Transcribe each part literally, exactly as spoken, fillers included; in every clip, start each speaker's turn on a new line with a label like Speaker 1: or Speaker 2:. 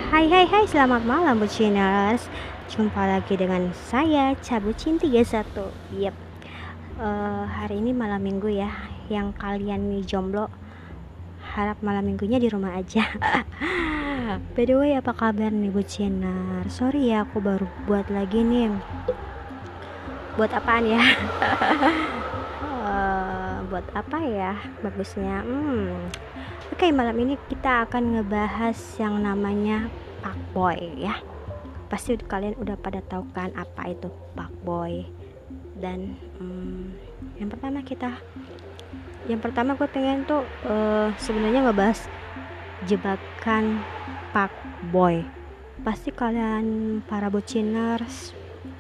Speaker 1: Hai hai hai, selamat malam Buciners. Jumpa lagi dengan saya Cabucin tiga puluh satu. Yep. Uh, hari ini malam minggu ya. Yang kalian nih jomblo, harap malam minggunya di rumah aja. By the way, apa kabar nih Buciners? Sorry ya, aku baru buat lagi nih. Buat apaan ya? uh, buat apa ya bagusnya? Hmm. Oke, okay, malam ini kita akan ngebahas yang namanya fuckboy ya. Pasti kalian udah pada tahu kan apa itu fuckboy. Dan hmm, yang pertama kita yang pertama gue pengen tuh uh, sebenarnya ngebahas jebakan fuckboy. Pasti kalian para buciners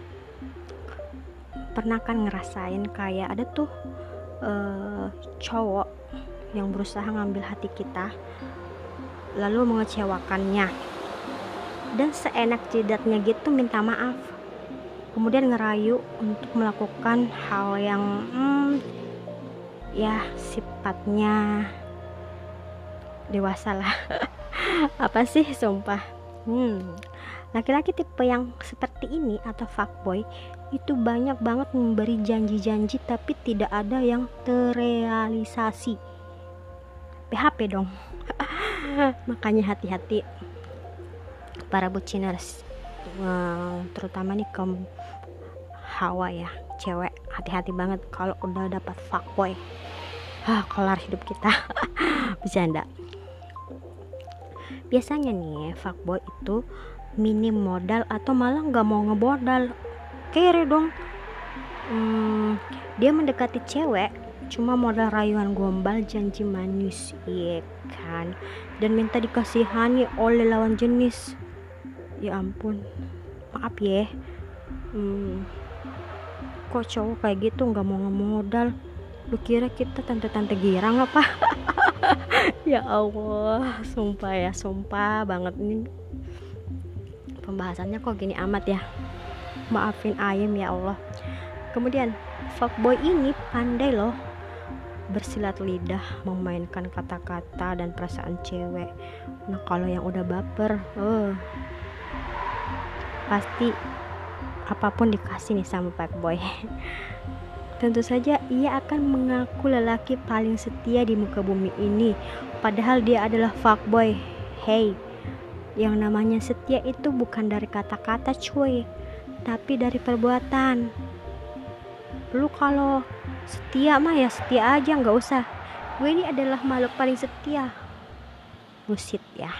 Speaker 1: pernah kan ngerasain kayak ada tuh uh, cowok yang berusaha ngambil hati kita lalu mengecewakannya, dan seenak jidatnya gitu minta maaf, kemudian ngerayu untuk melakukan hal yang hmm, ya sifatnya dewasa lah. Apa sih sumpah. hmm. Laki-laki tipe yang seperti ini atau fuckboy itu banyak banget memberi janji-janji tapi tidak ada yang terrealisasi. P H P dong. Makanya hati-hati para buciners, terutama nih ke Hawa ya, cewek, hati-hati banget kalau udah dapat fuckboy. Hah, kelar hidup kita. Bercanda. Biasanya nih fuckboy itu minim modal atau malah nggak mau ngebodal. Kere dong. Hmm, dia mendekati cewek cuma modal rayuan gombal, janji manis, iya kan, dan minta dikasihani oleh lawan jenis. Ya ampun, maaf ya. hmm, Kok cowok kayak gitu nggak mau ngemodal? Lu kira kita tante-tante girang apa? Ya Allah, sumpah ya, sumpah banget ini pembahasannya kok gini amat ya. Maafin ayem ya Allah. Kemudian fuckboy ini pandai loh bersilat lidah, memainkan kata-kata dan perasaan cewek. Nah kalau yang udah baper, uh, pasti apapun dikasih nih sama fuckboy. Tentu saja ia akan mengaku lelaki paling setia di muka bumi ini, padahal dia adalah fuckboy. Hey, yang namanya setia itu bukan dari kata-kata cuy, tapi dari perbuatan. Lu kalau setia mah ya setia aja, nggak usah gue ini adalah makhluk paling setia. Bullshit ya.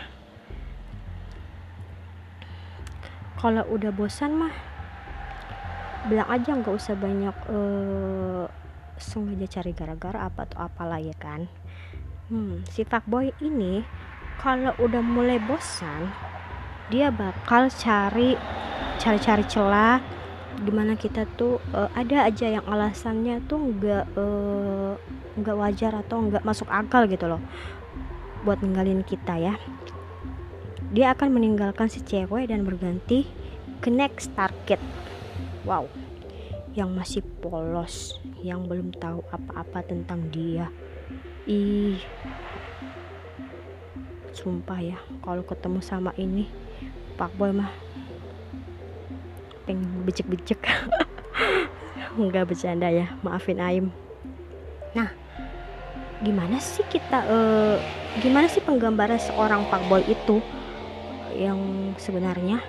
Speaker 1: Kalau udah bosan mah bilang aja, nggak usah banyak uh, sengaja cari gara-gara apa atau apalah ya kan. hmm, si fuckboy ini kalau udah mulai bosan dia bakal cari cari-cari celah dimana kita tuh uh, ada aja yang alasannya tuh nggak uh, nggak wajar atau nggak masuk akal gitu loh buat ninggalin kita ya. Dia akan meninggalkan si cewek dan berganti ke next target. Wow, yang masih polos, yang belum tahu apa-apa tentang dia. Ih, sumpah ya, kalau ketemu sama ini fuckboy mah pengen becek-becek. Enggak, bercanda ya, maafin Aim. Nah, gimana sih kita uh, gimana sih penggambaran seorang fuckboy itu yang sebenarnya?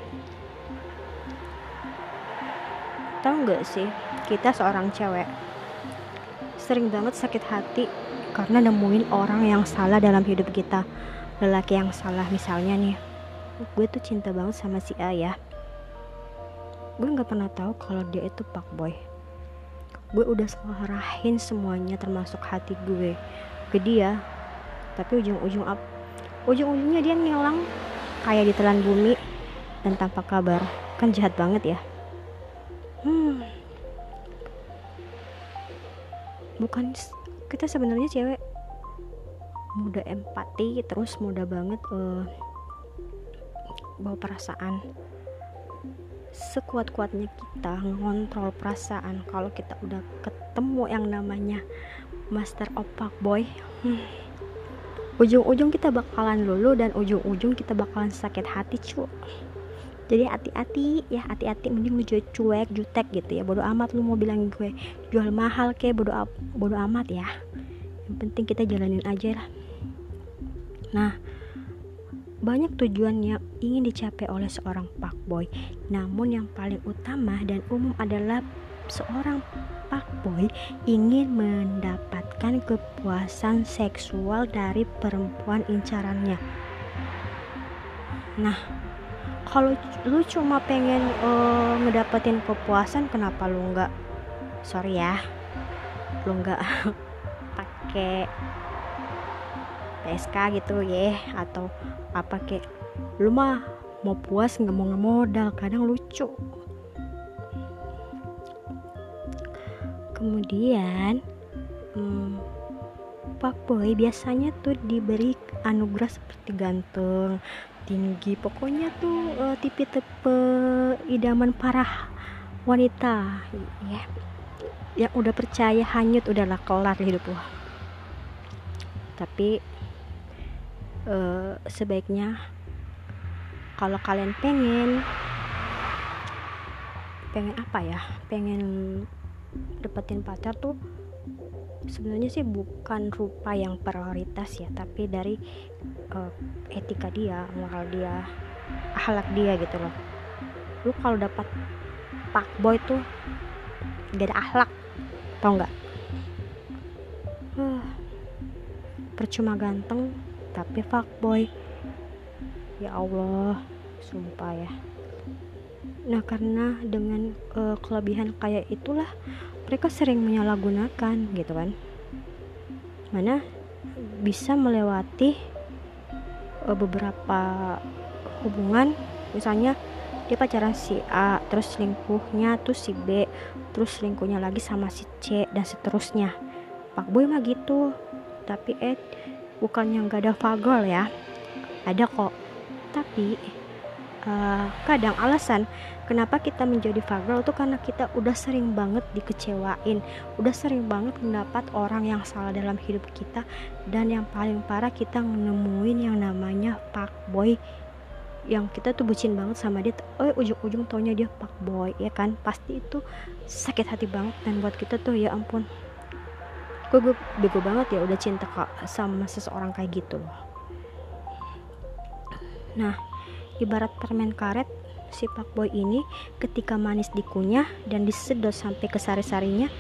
Speaker 1: Tahu nggak sih, kita seorang cewek sering banget sakit hati karena nemuin orang yang salah dalam hidup kita. Lelaki yang salah, misalnya nih, gue tuh cinta banget sama si A ya, gue nggak pernah tahu kalau dia itu fuckboy. Gue udah serahin semuanya termasuk hati gue ke dia, tapi ujung-ujung up ujung-ujungnya dia ngilang kayak ditelan bumi dan tanpa kabar. Kan jahat banget ya. hmm bukan kita sebenarnya cewek mudah empati, terus mudah banget uh, bawa perasaan. Sekuat-kuatnya kita ngontrol perasaan, kalau kita udah ketemu yang namanya master of fuckboy, hmm, ujung-ujung kita bakalan lulu dan ujung-ujung kita bakalan sakit hati cu. Jadi hati-hati ya, hati-hati, mending lu cuek jutek gitu ya, bodo amat lu mau bilang gue jual mahal kayak bodo bodo amat ya, yang penting kita jalanin aja lah. Nah, banyak tujuan yang ingin dicapai oleh seorang fuckboy, namun yang paling utama dan umum adalah seorang fuckboy ingin mendapatkan kepuasan seksual dari perempuan incarannya. Nah, kalau lu cuma pengen uh, ngedapetin kepuasan, kenapa lu nggak, sorry ya, lu nggak pakai P S K gitu ya, atau apa kayak, lu mah mau puas nggak mau ngemodal, kadang lucu. Kemudian hmm, fuckboy biasanya tuh diberi anugerah seperti ganteng, tinggi, pokoknya tuh uh, tipe-tipe idaman para wanita ya, yang udah percaya hanyut udahlah kelar hidup lo. Tapi uh, sebaiknya kalau kalian pengen pengen apa ya, pengen dapetin pacar tuh sebenarnya sih bukan rupa yang prioritas ya, tapi dari uh, etika dia, moral dia, akhlak dia gitu loh. Lu kalau dapat fuckboy tuh gak ada akhlak, tau nggak? Uh, percuma ganteng tapi fuckboy, ya Allah, sumpah ya. Nah, karena dengan uh, kelebihan kayak itulah mereka sering menyalahgunakan gitu kan, mana bisa melewati uh, beberapa hubungan. Misalnya dia pacaran si A, terus selingkuhnya tuh si B, terus selingkuhnya lagi sama si C, dan seterusnya. Fuckboy mah gitu. Tapi eh bukannya nggak ada fagirl ya, ada kok. Tapi uh, kadang alasan kenapa kita menjadi fagirl tuh karena kita udah sering banget dikecewain, udah sering banget mendapat orang yang salah dalam hidup kita, dan yang paling parah kita menemuin yang namanya fuckboy yang kita tuh bucin banget sama dia, oh ujung-ujung taunya dia fuckboy ya kan. Pasti itu sakit hati banget, dan buat kita tuh ya ampun, gue, gue bego banget ya udah cinta sama seseorang kayak gitu loh. Nah, ibarat permen karet, si fuckboy ini ketika manis dikunyah dan disedot sampai ke sari-sarinya,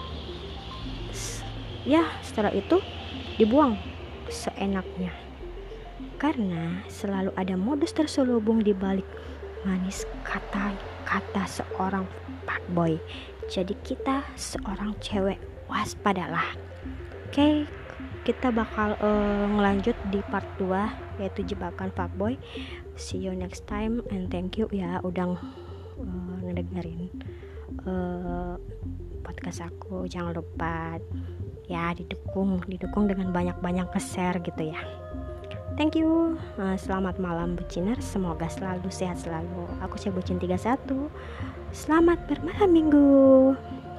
Speaker 1: ya setelah itu dibuang seenaknya, karena selalu ada modus terselubung di balik manis kata-kata seorang fuckboy. Jadi kita seorang cewek waspadalah. Oke, okay, kita bakal uh, ngelanjut di part dua, yaitu jebakan fuckboy. See you next time and thank you ya udah uh, ngedengerin uh, podcast aku. Jangan lupa ya didukung didukung dengan banyak-banyak share gitu ya. Thank you. Uh, selamat malam buciners, semoga selalu sehat selalu. Aku si Bucin tiga puluh satu. Selamat bermalam minggu.